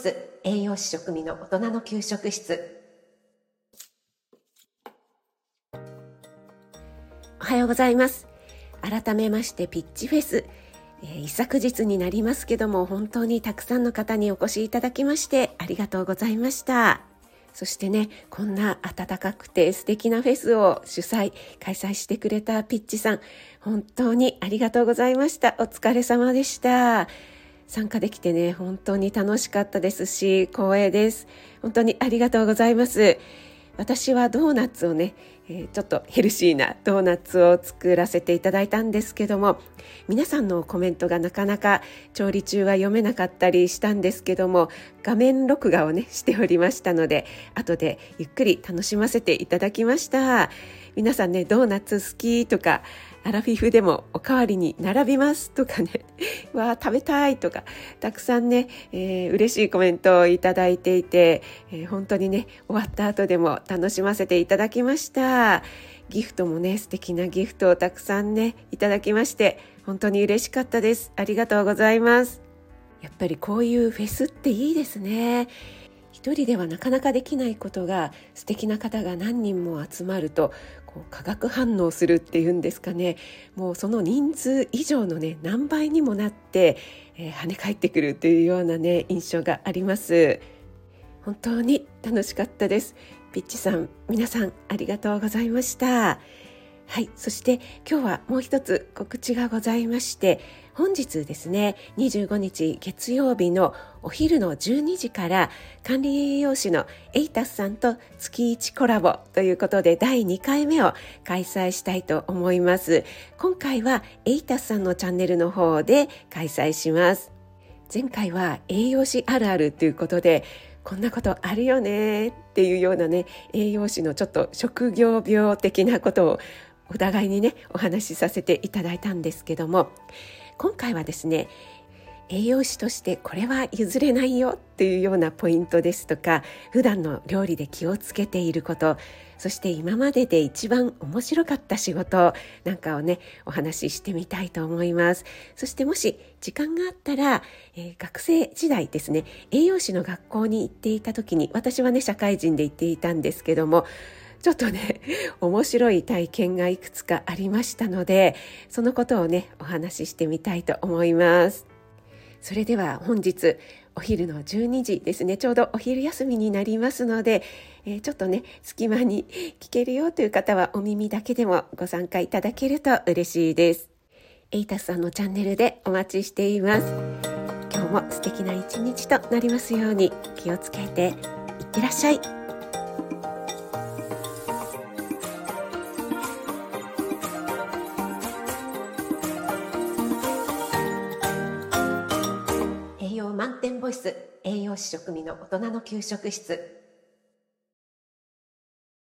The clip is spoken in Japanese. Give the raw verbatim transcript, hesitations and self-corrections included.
ス栄養士食味の大人の給食室。おはようございます。改めましてピッチフェス、えー、一昨日になりますけども、本当にたくさんの方にお越しいただきましてありがとうございました。そしてね、こんな温かくて素敵なフェスを主催開催してくれたピッチさん、本当にありがとうございました。お疲れ様でした。参加できてね、本当に楽しかったですし、光栄です。本当にありがとうございます。私はドーナツをね、えー、ちょっとヘルシーなドーナツを作らせていただいたんですけども、皆さんのコメントがなかなか調理中は読めなかったりしたんですけども、画面録画をねしておりましたので、後でゆっくり楽しませていただきました。皆さんね、ドーナツ好きとか、アラフィフでもおかわりに並びますとかね、わあ食べたいとか、たくさんね、えー、嬉しいコメントをいただいていて、えー、本当にね、終わった後でも楽しませていただきました。ギフトもね、素敵なギフトをたくさんねいただきまして、本当に嬉しかったです。ありがとうございます。やっぱりこういうフェスっていいですね。一人ではなかなかできないことが、素敵な方が何人も集まるとこう化学反応するっていうんですかね、もうその人数以上のね何倍にもなって、えー、跳ね返ってくるというようなね印象があります。本当に楽しかったです。ピッチさん、皆さんありがとうございました。はい、そして今日はもう一つ告知がございまして、本日ですね、にじゅうごにち月曜日のお昼のじゅうにじから管理栄養士のエイタスさんと月いちコラボということでだいにかいめを開催したいと思います。今回はエイタスさんのチャンネルの方で開催します。前回は栄養士あるあるということで、こんなことあるよねっていうようなね、栄養士のちょっと職業病的なことをお互いにねお話しさせていただいたんですけども、今回はですね、栄養士としてこれは譲れないよっていうようなポイントですとか、普段の料理で気をつけていること、そして今までで一番面白かった仕事なんかをねお話ししてみたいと思います。そしてもし時間があったら、えー、学生時代ですね、栄養士の学校に行っていた時に、私はね社会人で行っていたんですけども、ちょっとね面白い体験がいくつかありましたので、そのことをねお話ししてみたいと思います。それでは本日お昼のじゅうにじですね、ちょうどお昼休みになりますので、えー、ちょっとね隙間に聞けるよという方はお耳だけでもご参加いただけると嬉しいです。エイタスさんのチャンネルでお待ちしています。今日も素敵な一日となりますように、気をつけていってらっしゃい。栄養満点ボイス栄養士食味の大人の給食室。